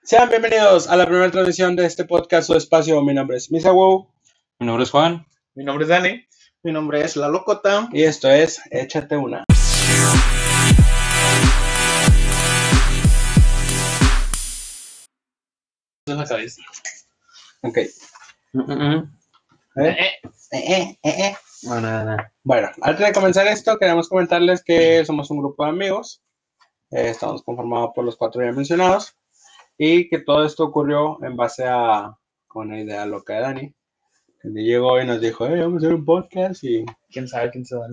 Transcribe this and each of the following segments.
Sean bienvenidos a la primera transmisión de este podcast Su Espacio. Mi nombre es Misawu. Mi nombre es Juan. Mi nombre es Dani. Mi nombre es La Locota. Y esto es Échate Una. En la cabeza. Ok. Bueno, antes de comenzar esto, queremos comentarles que somos un grupo de amigos. Estamos conformados por los 4 ya mencionados. Y que todo esto ocurrió en base a una idea loca de Dani. Que llegó y nos dijo, vamos a hacer un podcast y... ¿Quién sabe quién se va?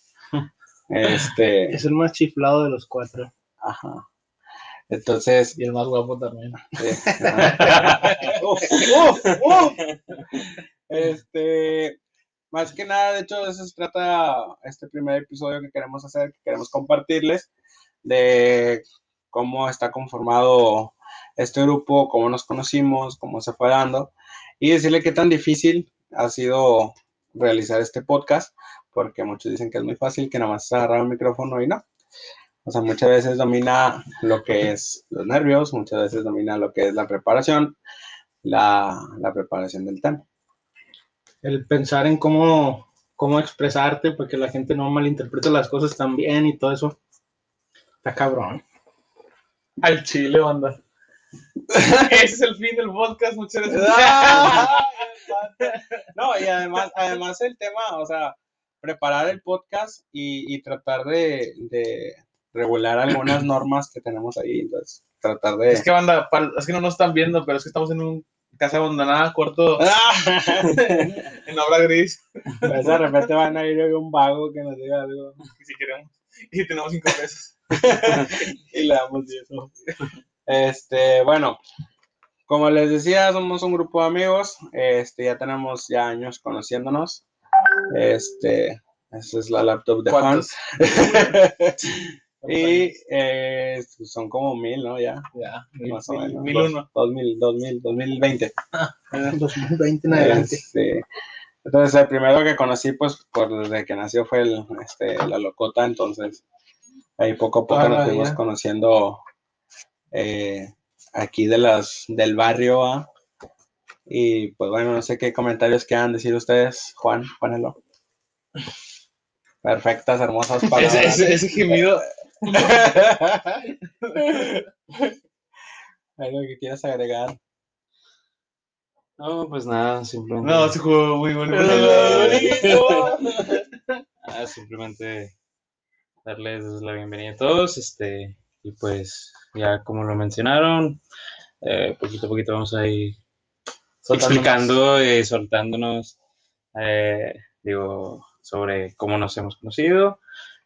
Es el más chiflado de los 4. Ajá. Entonces... Y el más guapo también. Más que nada, de hecho, de eso se trata este primer episodio que queremos hacer, que queremos compartirles de cómo está conformado este grupo, cómo nos conocimos, cómo se fue dando, y decirle qué tan difícil ha sido realizar este podcast, porque muchos dicen que es muy fácil, que nada más agarrar un micrófono y no. O sea, muchas veces domina lo que es los nervios, muchas veces domina lo que es la preparación, la preparación del tema. El pensar en cómo expresarte para que la gente no malinterprete las cosas tan bien y todo eso. Está cabrón. Al chile, banda. Ese es el fin del podcast, muchas gracias. No, y además el tema, o sea, preparar el podcast y tratar de regular algunas normas que tenemos ahí, entonces tratar de... Es que, banda, es que no nos están viendo, pero es que estamos en un casa abandonada, corto, en obra gris. Pues de repente van a ir un vago que nos diga algo. Si queremos. Y tenemos 5 pesos. Y le damos 10. Bueno, como les decía, somos un grupo de amigos. Ya tenemos años conociéndonos. Esa es la laptop de Juan. Y son como 1000, ¿no? Ya, más o menos. 1001. 2020. 2020 en adelante. Entonces, el primero que conocí, pues, desde que nació fue la Locota. Entonces, ahí poco a poco nos fuimos conociendo aquí del barrio. Y, pues, bueno, no sé qué comentarios quieran decir ustedes. Juan, ponelo. Perfectas, hermosas palabras. Ese gemido. ¿Algo que quieras agregar? No, pues nada, simplemente. No, se jugó muy bonito. Simplemente darles la bienvenida a todos, y pues ya como lo mencionaron, poquito a poquito vamos a ir explicando y soltándonos, sobre cómo nos hemos conocido,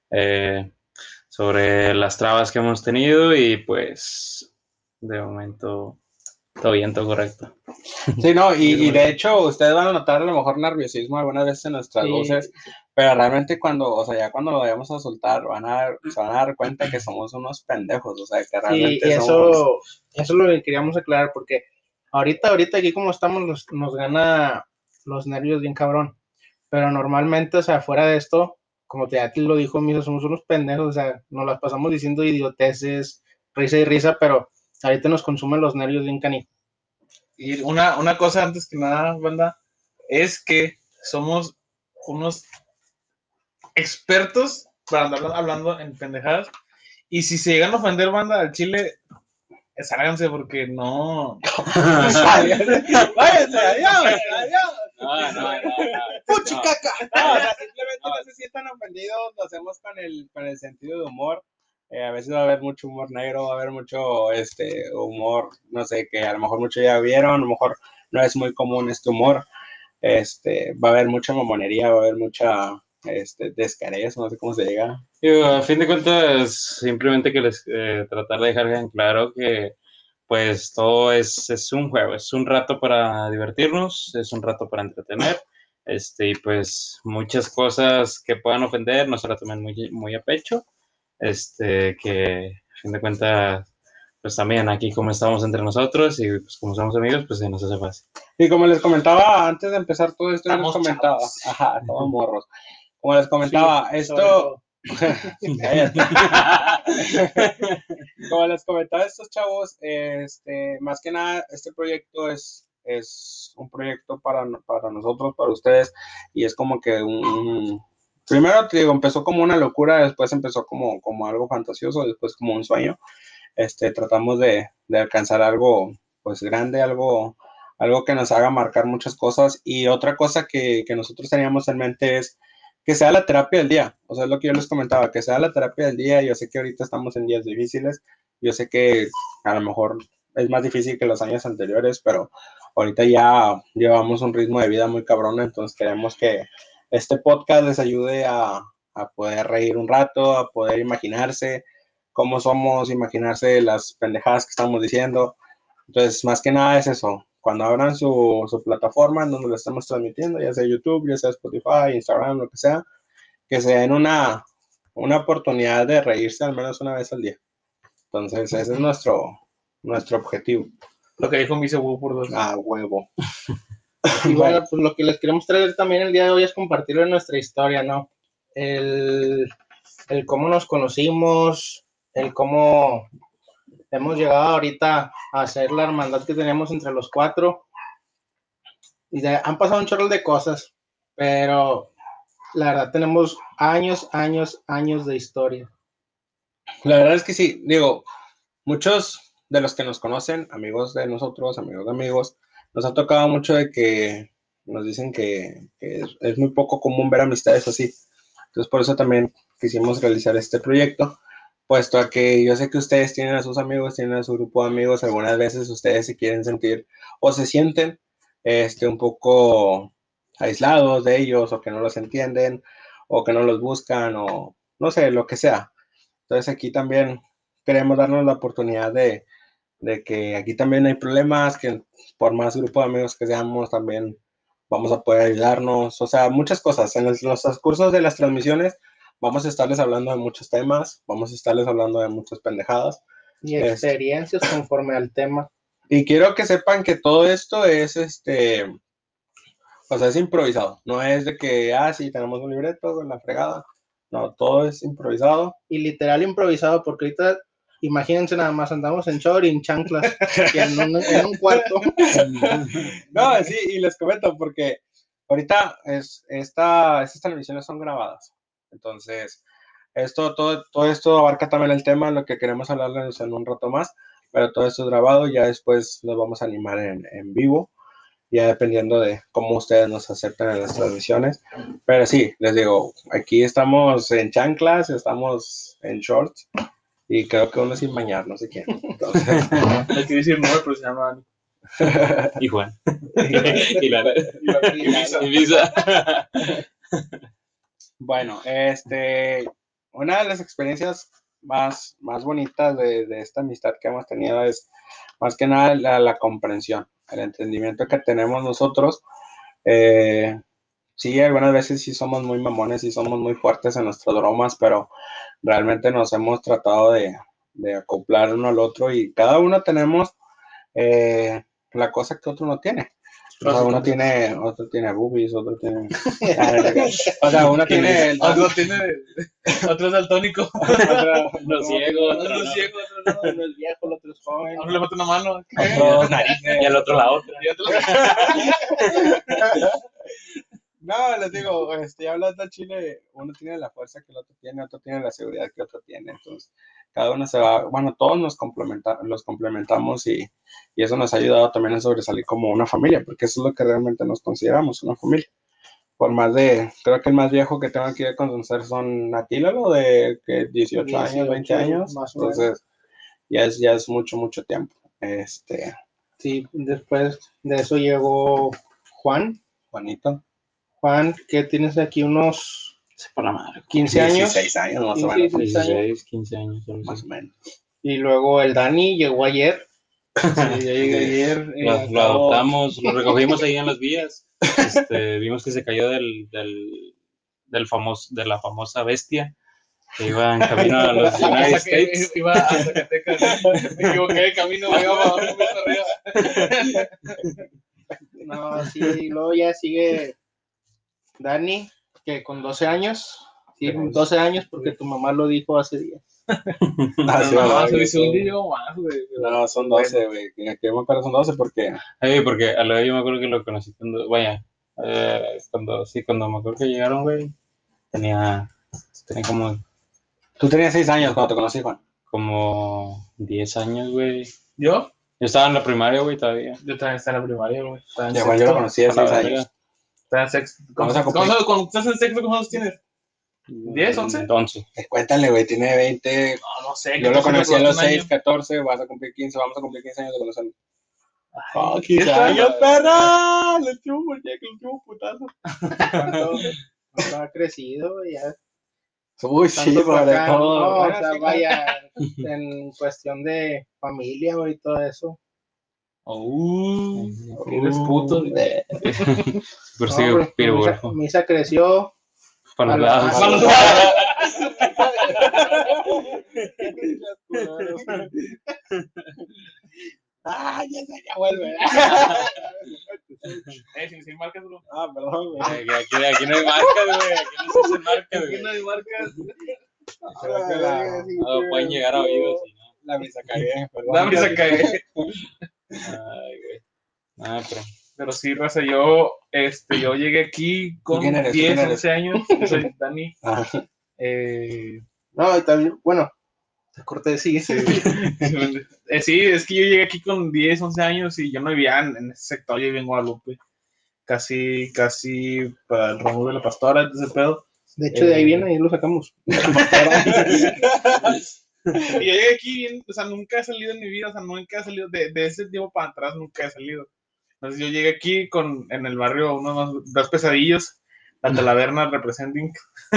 sobre las trabas que hemos tenido y pues de momento todo bien, todo correcto. Sí, no, y de hecho ustedes van a notar a lo mejor nerviosismo algunas veces en nuestras voces, pero realmente cuando lo vayamos a soltar se van a dar cuenta que somos unos pendejos, o sea, que realmente eso es lo que queríamos aclarar, porque ahorita aquí como estamos nos gana los nervios bien cabrón, pero normalmente, o sea, fuera de esto, como ya te lo dijo Misa, somos unos pendejos, o sea, nos las pasamos diciendo idioteces, risa y risa, pero ahorita nos consumen los nervios bien canijo. Y una cosa antes que nada, banda, es que somos unos expertos para andar hablando en pendejadas. Y si se llegan a ofender, banda, al chile, sálganse porque no. ¡Váyanse! ¡Adiós! No. ¡Puchicaca! No, o sea, simplemente no se sientan ofendidos, lo hacemos con el sentido de humor. A veces va a haber mucho humor negro, va a haber mucho humor, no sé, que a lo mejor muchos ya vieron, a lo mejor no es muy común este humor. Va a haber mucha mamonería, va a haber mucha descarez, no sé cómo se diga. A fin de cuentas, simplemente que les tratar de dejar en claro que pues todo es un juego, es un rato para divertirnos, es un rato para entretener, y pues muchas cosas que puedan ofender no se la tomen muy, muy a pecho, que a fin de cuentas pues también aquí como estamos entre nosotros y pues como somos amigos, pues se nos hace fácil. Y como les comentaba antes de empezar todo esto, les comentaba, estamos morros. Como les comentaba, Cállate. Como les comentaba a estos chavos, más que nada, este proyecto es un proyecto para nosotros, para ustedes, y es como que primero te digo, empezó como una locura, después empezó como algo fantasioso, después como un sueño. Tratamos de alcanzar algo pues grande, algo que nos haga marcar muchas cosas. Y otra cosa que nosotros teníamos en mente es que sea la terapia del día. O sea, es lo que yo les comentaba, que sea la terapia del día. Yo sé que ahorita estamos en días difíciles, yo sé que a lo mejor es más difícil que los años anteriores, pero ahorita ya llevamos un ritmo de vida muy cabrón, entonces queremos que este podcast les ayude a poder reír un rato, a poder imaginarse cómo somos, imaginarse las pendejadas que estamos diciendo. Entonces, más que nada es eso. Cuando abran su plataforma en donde lo estamos transmitiendo, ya sea YouTube, ya sea Spotify, Instagram, lo que sea, que se den una oportunidad de reírse al menos una vez al día. Entonces, ese es nuestro objetivo. Lo que dijo mi huevo por dos. Ah, huevo. Y bueno, pues lo que les queremos traer también el día de hoy es compartirlo en nuestra historia, ¿no? El cómo nos conocimos, el cómo hemos llegado ahorita a hacer la hermandad que tenemos entre los cuatro. Y han pasado un chorro de cosas, pero la verdad tenemos años de historia. La verdad es que sí, digo, muchos de los que nos conocen, amigos de nosotros, amigos de amigos, nos ha tocado mucho de que nos dicen que es muy poco común ver amistades así. Entonces, por eso también quisimos realizar este proyecto, puesto a que yo sé que ustedes tienen a sus amigos, tienen a su grupo de amigos, algunas veces ustedes se quieren sentir o se sienten un poco aislados de ellos, o que no los entienden, o que no los buscan, o no sé, lo que sea. Entonces, aquí también queremos darnos la oportunidad de que aquí también hay problemas, que por más grupo de amigos que seamos, también vamos a poder ayudarnos, o sea, muchas cosas. En los cursos de las transmisiones vamos a estarles hablando de muchos temas, vamos a estarles hablando de muchas pendejadas. Y experiencias conforme al tema. Y quiero que sepan que todo esto es, o sea, es improvisado, no es de que, sí, tenemos un libreto con la fregada, no, todo es improvisado. Y literal improvisado, porque ahorita imagínense nada más, andamos en short y en chanclas y en un cuarto. No, sí, y les comento porque ahorita estas transmisiones son grabadas. Entonces, todo esto abarca también el tema, lo que queremos hablarles en un rato más, pero todo esto es grabado, ya después nos vamos a animar en vivo, ya dependiendo de cómo ustedes nos aceptan en las transmisiones. Pero sí, les digo, aquí estamos en chanclas, estamos en shorts, y creo que uno sin bañar, no sé quién. Entonces, No quiere decir no, pero se llama Dani. Y Juan. Y la Y Visa. bueno, una de las experiencias más bonitas de esta amistad que hemos tenido es más que nada la comprensión, el entendimiento que tenemos nosotros. Sí, algunas veces sí somos muy mamones y somos muy fuertes en nuestras bromas, pero realmente nos hemos tratado de acoplar uno al otro, y cada uno tenemos la cosa que otro no tiene. O sea, otro tiene boobies, otro tiene... O sea, uno tiene... Otro es daltónico. Uno ciego, Otro otro es no. ciego, otro no. Uno es viejo, el otro es joven. A uno le mete una mano. Otros narices. Y al otro la otra. Y otro- No, les digo, hablando de Chile, uno tiene la fuerza que el otro tiene la seguridad que otro tiene. Entonces, cada uno se va, bueno, todos los complementamos, y eso nos ha ayudado también a sobresalir como una familia, porque eso es lo que realmente nos consideramos, una familia. Por más creo que el más viejo que tengo aquí de conocer son Atílalo, de que 18 años, 20 años. Más o menos. Entonces, ya es mucho tiempo. Sí, después de eso llegó Juan. Juanito. Que tienes aquí unos Por la madre. 15 años. 16 años más o 15, menos. 16, 15 años. algo así. Más o menos. Y luego el Dani llegó ayer. Sí, ya llegué ayer. Lo adoptamos, lo recogimos ahí en las vías. Vimos que se cayó de la famosa bestia que iba en camino a los United States. Iba a Zacatecas. Me equivoqué de camino, me iba abajo, me iba arriba. No, sí, y luego ya sigue Dani, que con 12 años. Sí, 12 años porque tu mamá lo dijo hace días. Ah, sí, No, ¿verdad? según yo llevo más, güey. No, son 12, güey. Que me acuerdo son 12 porque... Porque a lo yo me acuerdo que lo conocí cuando, cuando me acuerdo que llegaron, güey, tenía como, Tú tenías 6 años cuando te conocí, Juan. como 10 años, güey. ¿Yo? Yo estaba en la primaria, güey, todavía. Yo también estaba en la primaria, güey. Estaba en Ya, Juan, yo sexto. lo conocí a A la 6 verga. años. Estaba en sexto. Vamos a cumplir. Cuando estás en sexto, ¿cuántos años tienes? ¿10, 11? 11. Cuéntale, güey, tiene 20. No sé. Yo lo conocí a los 6, 6. 14, vas a cumplir 15, vamos a cumplir 15 años de conocernos. Ay, 15 años, perra. Le último putazo. ¿Cuánto ha crecido? Ya Uy, sí, tanto sobre para acá, todo. no, Bueno, o sea, sí, vaya, en cuestión de familia, güey, y todo eso. Eres puto. Por No, si güey, pirugolfo. Misa creció. Para los a lados. Ah, ya vuelve. Sin marcas, bro. Ah, perdón, güey. Aquí no hay marcas, güey. Aquí no se hacen marcas, Aquí güey. no hay marcas. Creo que No, pueden llegar a oídos, si no. La misa cagué, perdón. Dame esa cae. Ay, güey. Pero Pero sí, raza, yo llegué aquí con quién eres? 10, ¿Quién eres? 11 años. Yo soy Dani. Ah, No, y también, bueno, te corté, sí. Sí, es que yo llegué aquí con 10, 11 años y yo no vivía en ese sector, yo vivía en Guadalupe. Casi para el ramo de la pastora, ese pedo. De hecho, de ahí viene y lo sacamos. Y yo llegué aquí bien, o sea, nunca he salido en mi vida, o sea, nunca he salido de ese tiempo para atrás, nunca he salido. Entonces yo llegué aquí en el barrio unos dos pesadillos, la Talaverna representing.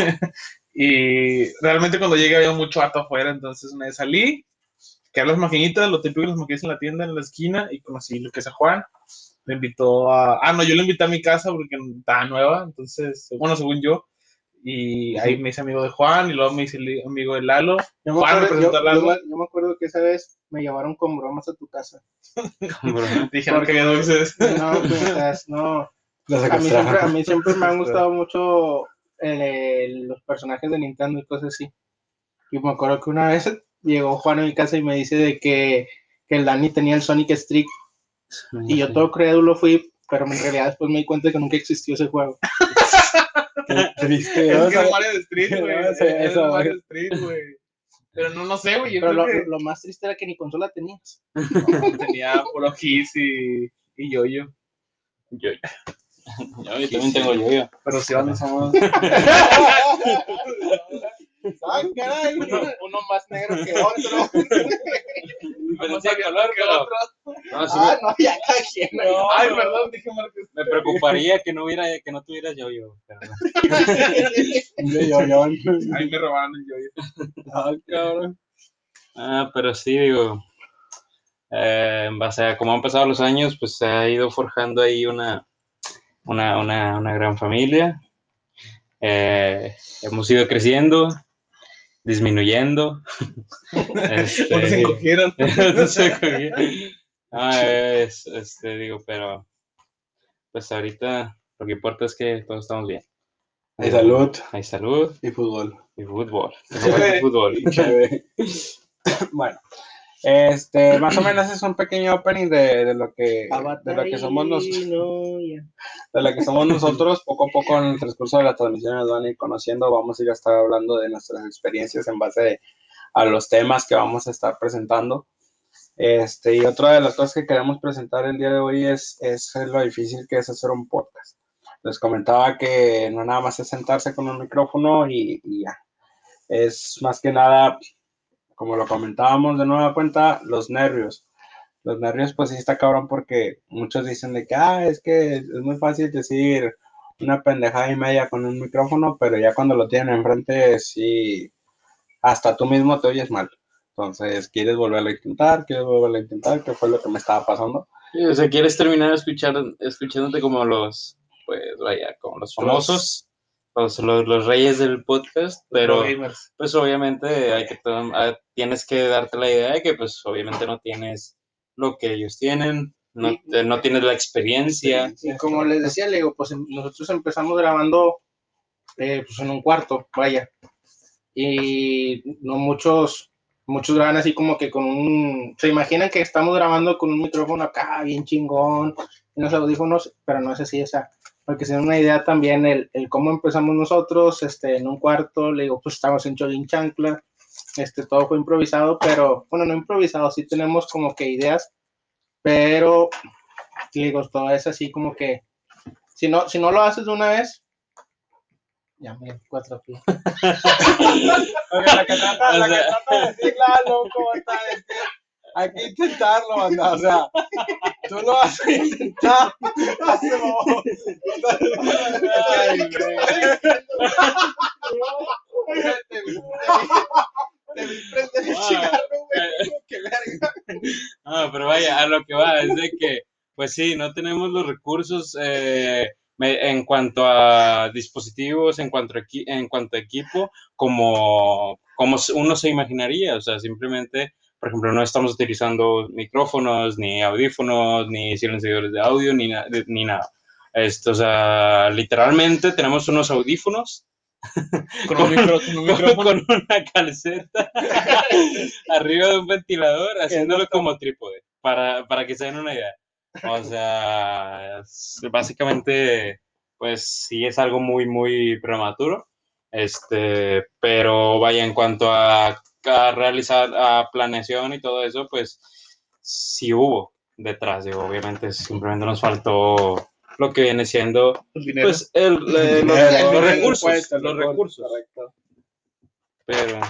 Y realmente cuando llegué había mucho vato afuera, entonces me salí, que las maquinitas, lo típico de las maquinitas en la tienda, en la esquina, y conocí lo que es a Juan. Me invitó yo lo invité a mi casa porque estaba nueva, entonces, bueno, según yo. Y ahí me hice amigo de Juan y luego me hice amigo de Lalo. Yo Juan me presentó a Lalo. yo me acuerdo que esa vez me llevaron con bromas a tu casa. Dijeron que había dulces. No, pues, no. Lo A secuestraron. mí siempre me han gustado mucho los personajes de Nintendo y cosas así. Y me acuerdo que una vez llegó Juan a mi casa y me dice de que el Dani tenía el Sonic Streak. Y yo todo crédulo fui, pero en realidad después me di cuenta que nunca existió ese juego. Triste. Es que era Mario de Street, güey. No sé, Era eso, Mario de Street, güey. Pero no sé, güey. Yo Pero creo que lo más triste era que ni consola tenías. tenía puro Kiss y yo-yo. yo también tengo yo. Pero sí, vale, somos. ¡Ah, caray! Uno más negro que otro. Pero sí, color, que pero... otro. No, sí No, ya cada quien. Ay, perdón, dije Marcos. me preocuparía que no tuvieras yo. Pero no. Ay, me robaron el yo-yo. Ah, cabrón. Pero sí, digo, en base a cómo han pasado los años, pues se ha ido forjando ahí una gran familia. Hemos ido creciendo, disminuyendo. Cuando se encogieron. Digo, pero pues ahorita lo que importa es que todos estamos bien. Hay salud Hay salud y fútbol. y fútbol. Chévere. Fútbol. Chévere. Bueno, más o menos es un pequeño opening de lo que somos de lo que somos nosotros. Poco a poco en el transcurso de la transmisión nos van a ir conociendo, vamos a ir a estar hablando de nuestras experiencias en base a los temas que vamos a estar presentando. Y otra de las cosas que queremos presentar el día de hoy es lo difícil que es hacer un podcast. Les comentaba que no nada más es sentarse con un micrófono y ya. Es más que nada, como lo comentábamos de nueva cuenta, los nervios. Los nervios, pues sí está cabrón porque muchos dicen de que, es que es muy fácil decir una pendejada y media con un micrófono, pero ya cuando lo tienen enfrente, sí, hasta tú mismo te oyes mal. Entonces, ¿quieres volverlo a intentar? ¿Qué fue lo que me estaba pasando? Sí, o sea, quieres terminar escuchándote como como los famosos, los reyes del podcast, pero pues obviamente tienes que darte la idea de que pues obviamente no tienes lo que ellos tienen, no tienes la experiencia. Y como les decía, le digo, pues nosotros empezamos grabando pues en un cuarto, vaya. Y no muchos graban así como que se imaginan que estamos grabando con un micrófono acá bien chingón, unos audífonos, pero no es así, o sea, porque se den una idea también el cómo empezamos nosotros, en un cuarto, le digo, pues estamos en Cholín Chancla, todo fue improvisado, pero, bueno, no improvisado, sí tenemos como que ideas, pero, le digo, todo es así como que, si no lo haces de una vez, ya me 4 pies. Porque la que trata de decir Lalo, ¿cómo está? Es que hay que intentarlo, banda. O sea, tú lo vas a intentar. Te vi prender el cigarro, güey. Qué verga. No, pero vaya, a lo que va, es de que, pues sí, no tenemos los recursos en cuanto a dispositivos, en cuanto a equipo, como uno se imaginaría. O sea, simplemente, por ejemplo, no estamos utilizando micrófonos, ni audífonos, ni silenciadores de audio, ni nada. O sea, literalmente tenemos unos audífonos Con un micrófono. con una calceta arriba de un ventilador, haciéndolo como trípode, para que se den una idea. O sea, básicamente, pues sí es algo muy, muy prematuro. Pero vaya, en cuanto a realizar a planeación y todo eso, pues sí hubo detrás. Digo, obviamente simplemente nos faltó lo que viene siendo El dinero. pues El recursos, los recursos. Correcto. Pero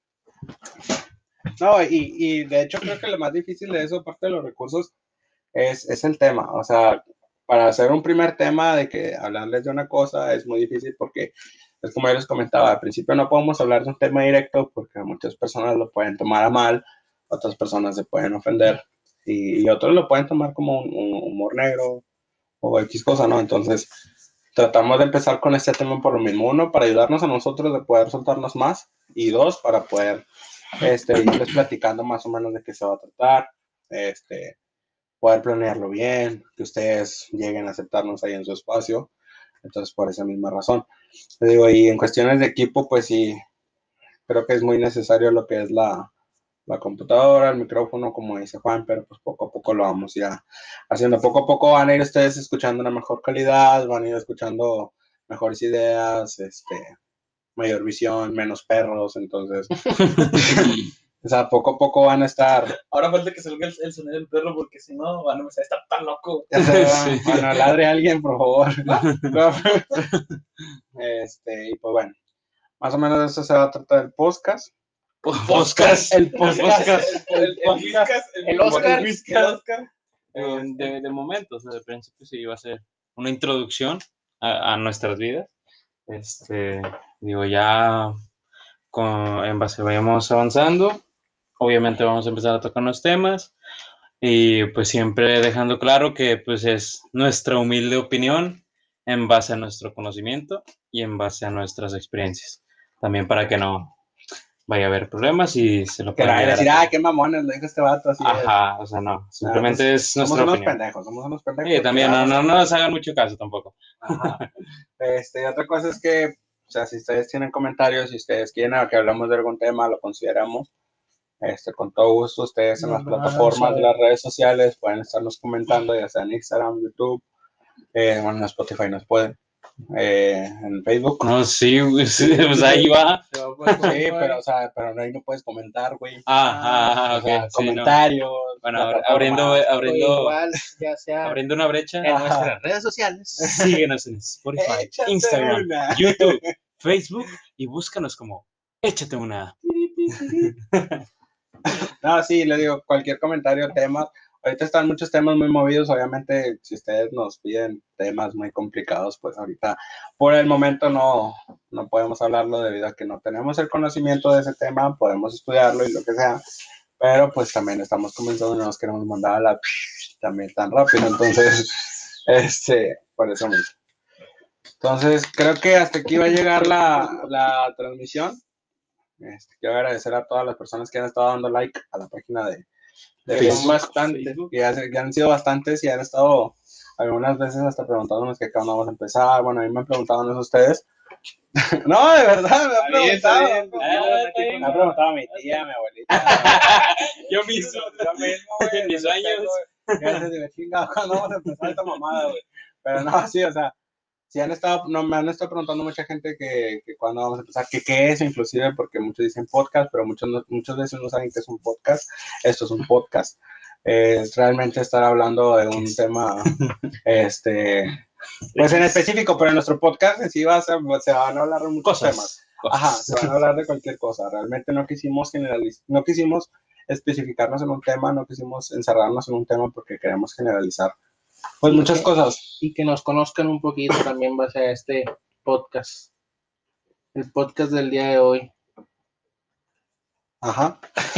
No, y de hecho creo que lo más difícil de eso, aparte de los recursos, es el tema. O sea, para hacer un primer tema de que hablarles de una cosa es muy difícil porque es como yo les comentaba, al principio no podemos hablar de un tema directo porque muchas personas lo pueden tomar a mal, otras personas se pueden ofender y otros lo pueden tomar como un humor negro o X cosa, ¿no? Entonces, tratamos de empezar con este tema por lo mismo. Uno, para ayudarnos a nosotros de poder soltarnos más. Y dos, para poder irles platicando más o menos de qué se va a tratar. Poder planearlo bien, que ustedes lleguen a aceptarnos ahí en su espacio. Entonces, por esa misma razón. Te digo, y en cuestiones de equipo, pues sí, creo que es muy necesario lo que es la computadora, el micrófono, como dice Juan, pero pues poco a poco lo vamos ya haciendo. Poco a poco van a ir ustedes escuchando una mejor calidad, van a ir escuchando mejores ideas, mayor visión, menos perros, entonces, o sea, poco a poco van a estar. Ahora falta que salga el sonido del perro porque si no, van a empezar a estar tan loco. Ya se Sí. Bueno, ladre a alguien, por favor. No. Y pues bueno, más o menos de eso se va a tratar el podcast. podcast. El podcast. El Oscar. De momento, o sea, de principio sí iba a ser una introducción a nuestras vidas. Digo, ya en base vayamos avanzando, obviamente vamos a empezar a tocar los temas y pues siempre dejando claro que pues es nuestra humilde opinión en base a nuestro conocimiento y en base a nuestras experiencias. También para que no vaya a haber problemas y se lo Que puedan la llegar decir, a... qué mamón, lo dijo este vato así. Ajá, o sea, no, simplemente es somos nuestra unos opinión. pendejos, somos unos pendejos. Sí, también no nos hagan mucho caso tampoco. Ajá. Y otra cosa es que, o sea, si ustedes tienen comentarios, si ustedes quieren que hablemos de algún tema, lo consideramos. Con todo gusto, ustedes en las plataformas de las redes sociales pueden estarnos comentando, ya sea en Instagram, YouTube, bueno, en Spotify nos pueden, en Facebook. No, sí, pues ahí va. Sí, pero ahí no puedes comentar, güey. Ok. O sea, Sí, comentarios. no. Bueno, plataformas. Igual, ya sea abriendo una brecha en nuestras redes sociales. Síguenos en Spotify, Échate Instagram, una. YouTube, Facebook y búscanos como Échate una. No, sí, le digo, cualquier comentario, temas. Ahorita están muchos temas muy movidos, obviamente, si ustedes nos piden temas muy complicados, pues ahorita, por el momento, no podemos hablarlo debido a que no tenemos el conocimiento de ese tema, podemos estudiarlo y lo que sea, pero pues también estamos comenzando y no nos queremos mandar a la también tan rápido, entonces, por eso mismo. Entonces, creo que hasta aquí va a llegar la transmisión. Quiero agradecer a todas las personas que han estado dando like a la página de Facebook. Son bastantes. Ya han sido bastantes y han estado algunas veces hasta preguntándonos que cuándo vamos a empezar. Bueno, a mí me han preguntado ustedes, No, de verdad, me ha Está bien, está preguntado. bien. Me ha preguntado mi tía, mi abuelita. Yo mismo. Yo mismo, güey. En mis no sueños. tengo, ya se digo, chingado, ¿cuándo vamos a empezar esta mamada, güey? Pero no, sí, o sea, sí me han estado preguntando mucha gente que cuándo vamos a empezar, que qué es, inclusive, porque muchos dicen podcast, pero muchos veces no saben qué es un podcast. Esto es un podcast. Es realmente estar hablando de un tema, pues en específico, pero en nuestro podcast en sí se van a hablar de muchos temas. Ajá, se van a hablar de cualquier cosa. Realmente no quisimos no quisimos especificarnos en un tema, no quisimos encerrarnos en un tema porque queremos generalizar pues muchas cosas. Y que nos conozcan un poquito también base a este podcast. El podcast del día de hoy. Ajá.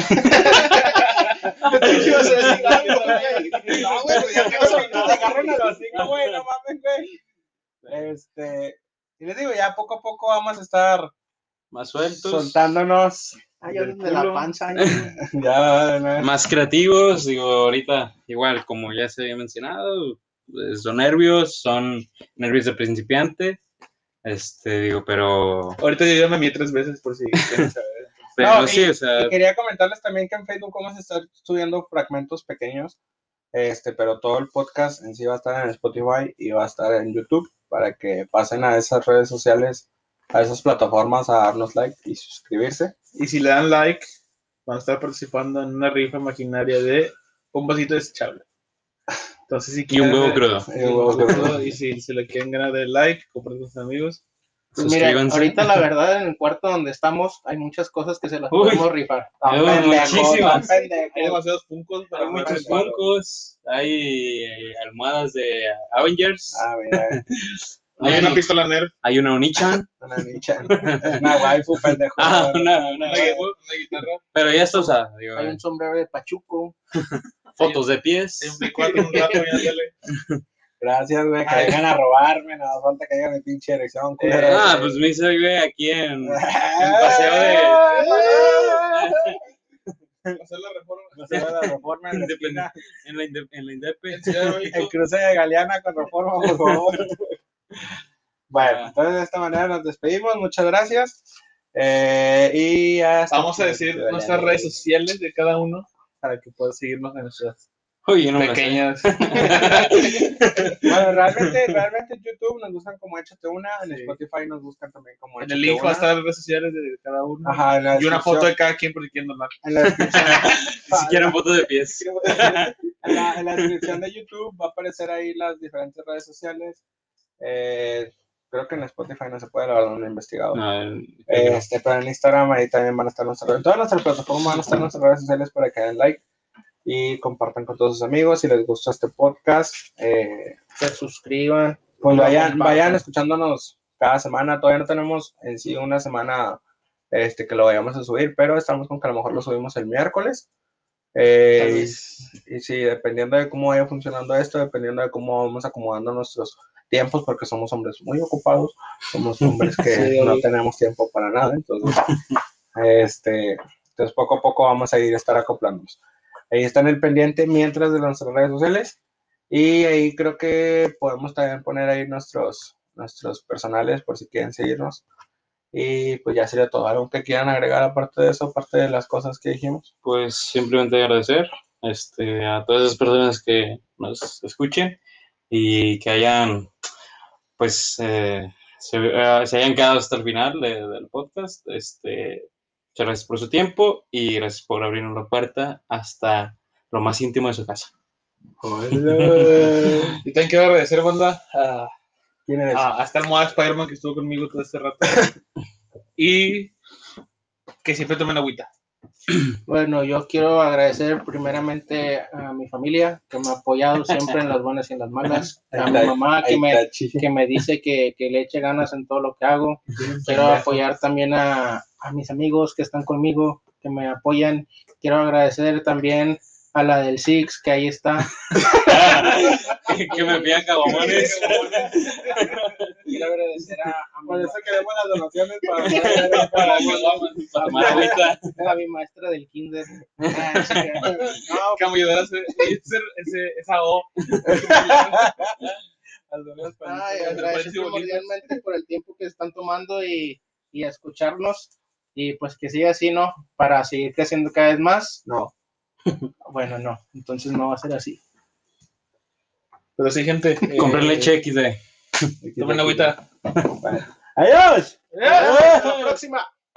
No, güey, ya te vas a Agarren a los cinco, güey, no mames, güey. Y les digo, ya poco a poco vamos a estar Más sueltos. soltándonos. Ay, yo de la panza. Ya, ¿no? Más creativos, digo, ahorita igual, como ya se había mencionado, pues, son nervios de principiante, digo, pero Ahorita yo ya me mié 3 veces por si quieren saber. pero No, sí, o sea, Y quería comentarles también que en Facebook vamos a estar subiendo fragmentos pequeños, pero todo el podcast en sí va a estar en Spotify y va a estar en YouTube para que pasen a esas redes sociales, a esas plataformas a darnos like y suscribirse. Y si le dan like, van a estar participando en una rifa imaginaria de un vasito desechable. Entonces, si y un quieren huevo ver- crudo. y un huevo crudo, y si se le quieren ganar de like, compren con sus amigos. Pues mira, Suscríbanse. ahorita la verdad en el cuarto donde estamos hay muchas cosas que se las Uy. podemos rifar. Muchísimas. Hay demasiados Funkos para Hay muchos muchos Funkos, hay almohadas de Avengers, Ah, mira, Hay una pistola Nerf, hay una Onichan, una nicha, una waifu, pendejo. una, una guitarra, pero ya está usada, digo, Hay un sombrero de Pachuco. fotos de pies. hay un Play 4, un rato, viéndole. Gracias, güey, que vengan a robarme, no falta que haya mi pinche erección, culero. Pues me hice, güey, aquí en paseo de Hacer la reforma. Paseo de la Reforma en la esquina. en la Indepe. En Ciudad de México. El cruce de Galeana con Reforma, por favor. Bueno, entonces de esta manera nos despedimos, muchas gracias. Y hasta Vamos a decir nuestras redes sociales de cada uno para que puedan seguirnos en nuestras Oye, no me la sé. pequeñas. Bueno, realmente en YouTube nos buscan como Échate Una, en Sí. Spotify nos buscan también como En Échate el link va a Una. estar las redes sociales de cada uno. Ajá, en la Y una descripción. foto de cada quien por si quieren donar. En la descripción. Ni siquiera fotos de pies. En la descripción de YouTube va a aparecer ahí las diferentes redes sociales. Creo que en Spotify no se puede, la verdad, no lo he investigado. No, Pero en Instagram ahí también van a estar nuestras redes. En todas nuestras plataformas van a estar nuestras redes sociales para que den like y compartan con todos sus amigos. Si les gustó este podcast, Se suscriban. pues Lo vayan compartan. escuchándonos cada semana. Todavía no tenemos en sí una semana que lo vayamos a subir, pero estamos con que a lo mejor lo subimos el miércoles. Y sí, dependiendo de cómo vaya funcionando esto, dependiendo de cómo vamos acomodando nuestros tiempos, porque somos hombres muy ocupados, somos hombres que Sí, no obvio. tenemos tiempo para nada, entonces, entonces poco a poco vamos a ir a estar acoplándonos. Ahí está en el pendiente mientras de nuestras redes sociales, y ahí creo que podemos también poner ahí nuestros personales por si quieren seguirnos, y pues ya sería todo. ¿Algo que quieran agregar aparte de eso, aparte de las cosas que dijimos? pues simplemente agradecer a todas esas personas que nos escuchen y que hayan, pues, se hayan quedado hasta el final del podcast. Muchas gracias por su tiempo y gracias por abrirnos la puerta hasta lo más íntimo de su casa. Y también quiero agradecer, banda, ¿Quién es? a esta almohada Spider-Man que estuvo conmigo todo este rato. Y que siempre tomen agüita. Bueno, yo quiero agradecer primeramente a mi familia que me ha apoyado siempre en las buenas y en las malas. A mi mamá que me dice que le eche ganas en todo lo que hago. Quiero apoyar también a mis amigos que están conmigo, que me apoyan. Quiero agradecer también a la del Six, que ahí está. Que me pidan caguamones. Quiero agradecer Por eso queremos las donaciones Para tomar agüita. a mi maestra del kinder. Ah, sí, Que me ayudara a hacer esa O. Las donas Ay, panitas. agradecer primordialmente por el tiempo que están tomando y a escucharnos. Y pues que siga así, ¿no? Para seguir creciendo cada vez más. No. Bueno, no. Entonces no va a ser así. Pero sí, gente. Compré leche XD. Tomen agüita. Adiós. Hasta la próxima.